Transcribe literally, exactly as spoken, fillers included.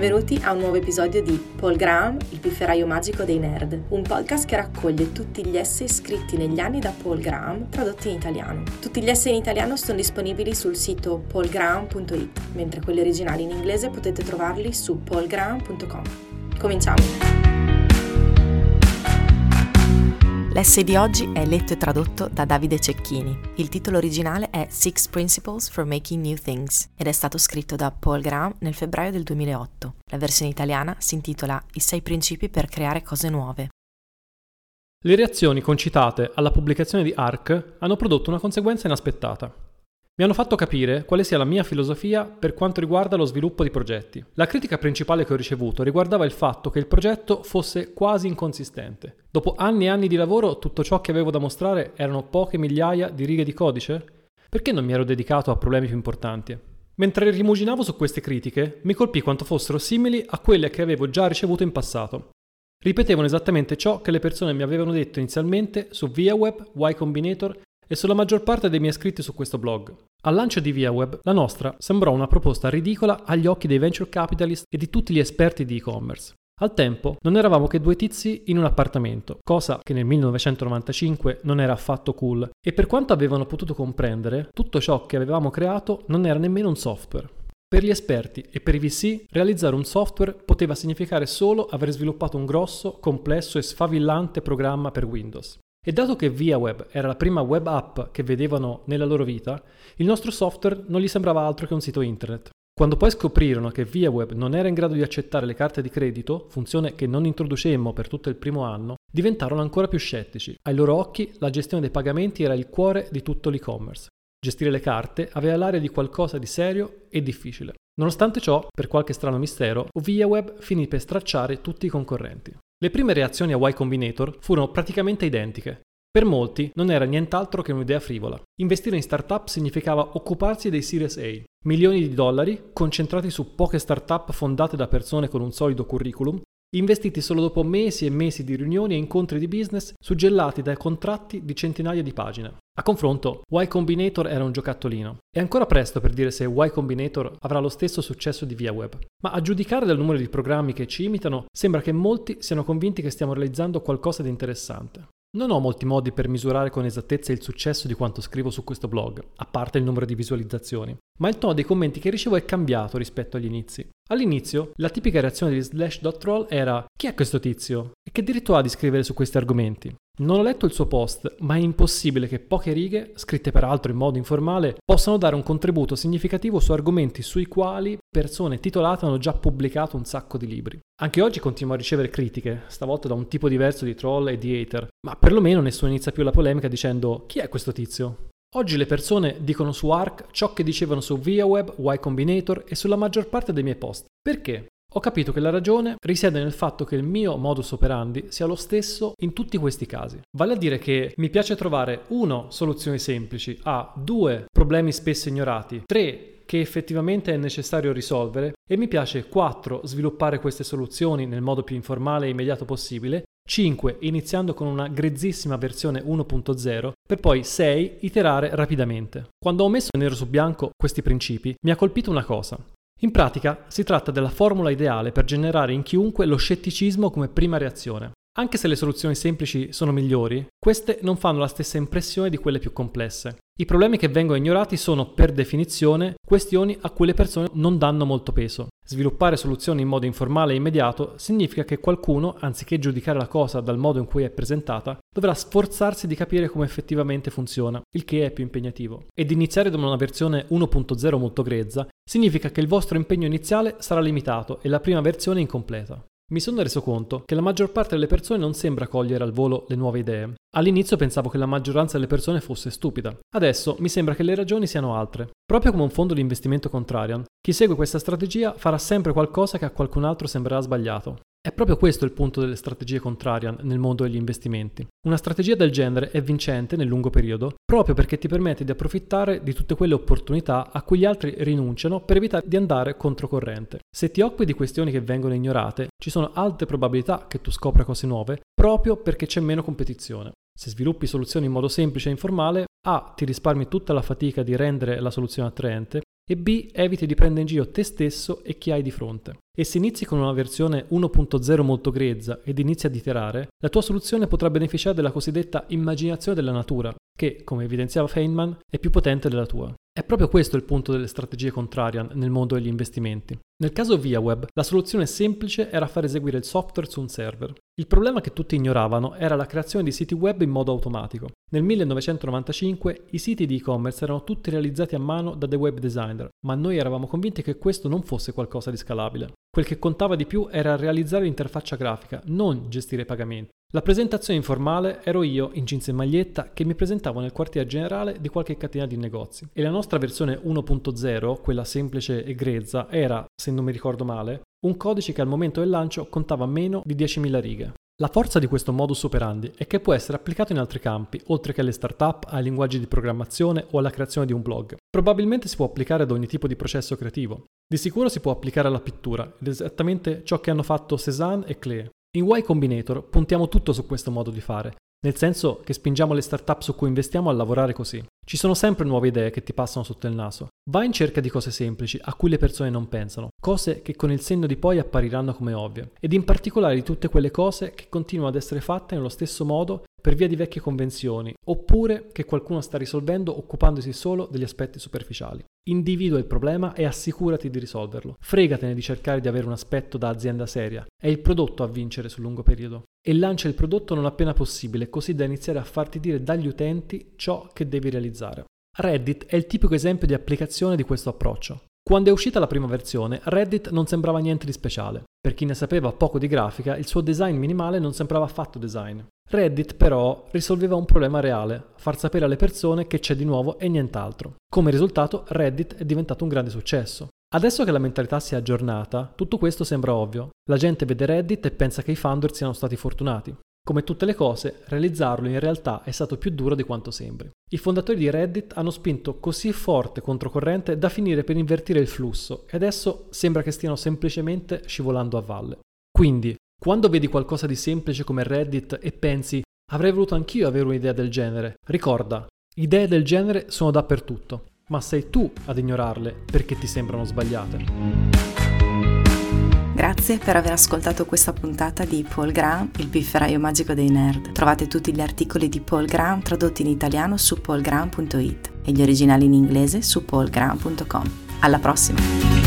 Benvenuti a un nuovo episodio di Paul Graham, il pifferaio magico dei nerd, un podcast che raccoglie tutti gli essay scritti negli anni da Paul Graham, tradotti in italiano. Tutti gli essay in italiano sono disponibili sul sito paul graham punto it, mentre quelli originali in inglese potete trovarli su paul graham punto com. Cominciamo! L'essay di oggi è letto e tradotto da Davide Cecchini. Il titolo originale è Six Principles for Making New Things ed è stato scritto da Paul Graham nel febbraio del duemilaotto. La versione italiana si intitola I sei principi per creare cose nuove. Le reazioni concitate alla pubblicazione di Arc hanno prodotto una conseguenza inaspettata. Mi hanno fatto capire quale sia la mia filosofia per quanto riguarda lo sviluppo di progetti. La critica principale che ho ricevuto riguardava il fatto che il progetto fosse quasi inconsistente. Dopo anni e anni di lavoro, tutto ciò che avevo da mostrare erano poche migliaia di righe di codice? Perché non mi ero dedicato a problemi più importanti? Mentre rimuginavo su queste critiche, mi colpì quanto fossero simili a quelle che avevo già ricevuto in passato. Ripetevano esattamente ciò che le persone mi avevano detto inizialmente su ViaWeb, Y Combinator e sulla maggior parte dei miei scritti su questo blog. Al lancio di ViaWeb, la nostra sembrò una proposta ridicola agli occhi dei venture capitalist e di tutti gli esperti di e-commerce. Al tempo non eravamo che due tizi in un appartamento, cosa che nel millenovecentonovantacinque non era affatto cool, e per quanto avevano potuto comprendere, tutto ciò che avevamo creato non era nemmeno un software. Per gli esperti e per i V C, realizzare un software poteva significare solo aver sviluppato un grosso, complesso e sfavillante programma per Windows. E dato che ViaWeb era la prima web app che vedevano nella loro vita, il nostro software non gli sembrava altro che un sito internet. Quando poi scoprirono che ViaWeb non era in grado di accettare le carte di credito, funzione che non introducemmo per tutto il primo anno, diventarono ancora più scettici. Ai loro occhi la gestione dei pagamenti era il cuore di tutto l'e-commerce. Gestire le carte aveva l'aria di qualcosa di serio e difficile. Nonostante ciò, per qualche strano mistero, ViaWeb finì per stracciare tutti i concorrenti. Le prime reazioni a Y Combinator furono praticamente identiche. Per molti non era nient'altro che un'idea frivola. Investire in startup significava occuparsi dei Series A, milioni di dollari concentrati su poche startup fondate da persone con un solido curriculum, investiti solo dopo mesi e mesi di riunioni e incontri di business suggellati da contratti di centinaia di pagine. A confronto, Y Combinator era un giocattolino. È ancora presto per dire se Y Combinator avrà lo stesso successo di ViaWeb, ma a giudicare dal numero di programmi che ci imitano, sembra che molti siano convinti che stiamo realizzando qualcosa di interessante. Non ho molti modi per misurare con esattezza il successo di quanto scrivo su questo blog, a parte il numero di visualizzazioni, ma il tono dei commenti che ricevo è cambiato rispetto agli inizi. All'inizio, la tipica reazione di Slash.troll era «Chi è questo tizio? E che diritto ha di scrivere su questi argomenti?» Non ho letto il suo post, ma è impossibile che poche righe, scritte peraltro in modo informale, possano dare un contributo significativo su argomenti sui quali persone titolate hanno già pubblicato un sacco di libri. Anche oggi continuo a ricevere critiche, stavolta da un tipo diverso di troll e di hater, ma perlomeno nessuno inizia più la polemica dicendo «Chi è questo tizio?». Oggi le persone dicono su Arc ciò che dicevano su ViaWeb, Y Combinator e sulla maggior parte dei miei post. Perché? Ho capito che la ragione risiede nel fatto che il mio modus operandi sia lo stesso in tutti questi casi. Vale a dire che mi piace trovare uno soluzioni semplici a due problemi spesso ignorati, tre che effettivamente è necessario risolvere e mi piace quattro sviluppare queste soluzioni nel modo più informale e immediato possibile, cinque iniziando con una grezzissima versione uno punto zero per poi sei iterare rapidamente. Quando ho messo nero su bianco questi principi mi ha colpito una cosa. In pratica si tratta della formula ideale per generare in chiunque lo scetticismo come prima reazione. Anche se le soluzioni semplici sono migliori, queste non fanno la stessa impressione di quelle più complesse. I problemi che vengono ignorati sono, per definizione, questioni a cui le persone non danno molto peso. Sviluppare soluzioni in modo informale e immediato significa che qualcuno, anziché giudicare la cosa dal modo in cui è presentata, dovrà sforzarsi di capire come effettivamente funziona, il che è più impegnativo. Ed iniziare da una versione uno punto zero molto grezza significa che il vostro impegno iniziale sarà limitato e la prima versione incompleta. Mi sono reso conto che la maggior parte delle persone non sembra cogliere al volo le nuove idee. All'inizio pensavo che la maggioranza delle persone fosse stupida. Adesso mi sembra che le ragioni siano altre. Proprio come un fondo di investimento contrarian, chi segue questa strategia farà sempre qualcosa che a qualcun altro sembrerà sbagliato. È proprio questo il punto delle strategie contrarian nel mondo degli investimenti. Una strategia del genere è vincente nel lungo periodo proprio perché ti permette di approfittare di tutte quelle opportunità a cui gli altri rinunciano per evitare di andare controcorrente. Se ti occupi di questioni che vengono ignorate, ci sono alte probabilità che tu scopra cose nuove proprio perché c'è meno competizione. Se sviluppi soluzioni in modo semplice e informale, A. ti risparmi tutta la fatica di rendere la soluzione attraente e B, eviti di prendere in giro te stesso e chi hai di fronte. E se inizi con una versione uno punto zero molto grezza ed inizi ad iterare, la tua soluzione potrà beneficiare della cosiddetta immaginazione della natura, che, come evidenziava Feynman, è più potente della tua. È proprio questo il punto delle strategie contrarian nel mondo degli investimenti. Nel caso ViaWeb, la soluzione semplice era far eseguire il software su un server. Il problema che tutti ignoravano era la creazione di siti web in modo automatico. Nel millenovecentonovantacinque i siti di e-commerce erano tutti realizzati a mano da dei web designer, ma noi eravamo convinti che questo non fosse qualcosa di scalabile. Quel che contava di più era realizzare l'interfaccia grafica, non gestire i pagamenti. La presentazione informale ero io, in jeans e maglietta, che mi presentavo nel quartier generale di qualche catena di negozi. E la nostra versione uno punto zero, quella semplice e grezza, era, se non mi ricordo male, un codice che al momento del lancio contava meno di diecimila righe. La forza di questo modus operandi è che può essere applicato in altri campi, oltre che alle start-up, ai linguaggi di programmazione o alla creazione di un blog. Probabilmente si può applicare ad ogni tipo di processo creativo. Di sicuro si può applicare alla pittura, ed è esattamente ciò che hanno fatto Cézanne e Klee. In Y Combinator puntiamo tutto su questo modo di fare, nel senso che spingiamo le startup su cui investiamo a lavorare così. Ci sono sempre nuove idee che ti passano sotto il naso. Vai in cerca di cose semplici a cui le persone non pensano, cose che con il senno di poi appariranno come ovvie, ed in particolare di tutte quelle cose che continuano ad essere fatte nello stesso modo per via di vecchie convenzioni, oppure che qualcuno sta risolvendo occupandosi solo degli aspetti superficiali. Individua il problema e assicurati di risolverlo. Fregatene di cercare di avere un aspetto da azienda seria. È il prodotto a vincere sul lungo periodo. E lancia il prodotto non appena possibile, così da iniziare a farti dire dagli utenti ciò che devi realizzare. Reddit è il tipico esempio di applicazione di questo approccio. Quando è uscita la prima versione, Reddit non sembrava niente di speciale. Per chi ne sapeva poco di grafica, il suo design minimale non sembrava affatto design. Reddit però risolveva un problema reale, far sapere alle persone che c'è di nuovo e nient'altro. Come risultato, Reddit è diventato un grande successo. Adesso che la mentalità si è aggiornata, tutto questo sembra ovvio. La gente vede Reddit e pensa che i founder siano stati fortunati. Come tutte le cose, realizzarlo in realtà è stato più duro di quanto sembri. I fondatori di Reddit hanno spinto così forte controcorrente da finire per invertire il flusso e adesso sembra che stiano semplicemente scivolando a valle. Quindi, quando vedi qualcosa di semplice come Reddit e pensi avrei voluto anch'io avere un'idea del genere, ricorda, idee del genere sono dappertutto, ma sei tu ad ignorarle perché ti sembrano sbagliate. Grazie per aver ascoltato questa puntata di Paul Graham, il pifferaio magico dei nerd. Trovate tutti gli articoli di Paul Graham tradotti in italiano su paul graham punto it e gli originali in inglese su paul graham punto com. Alla prossima!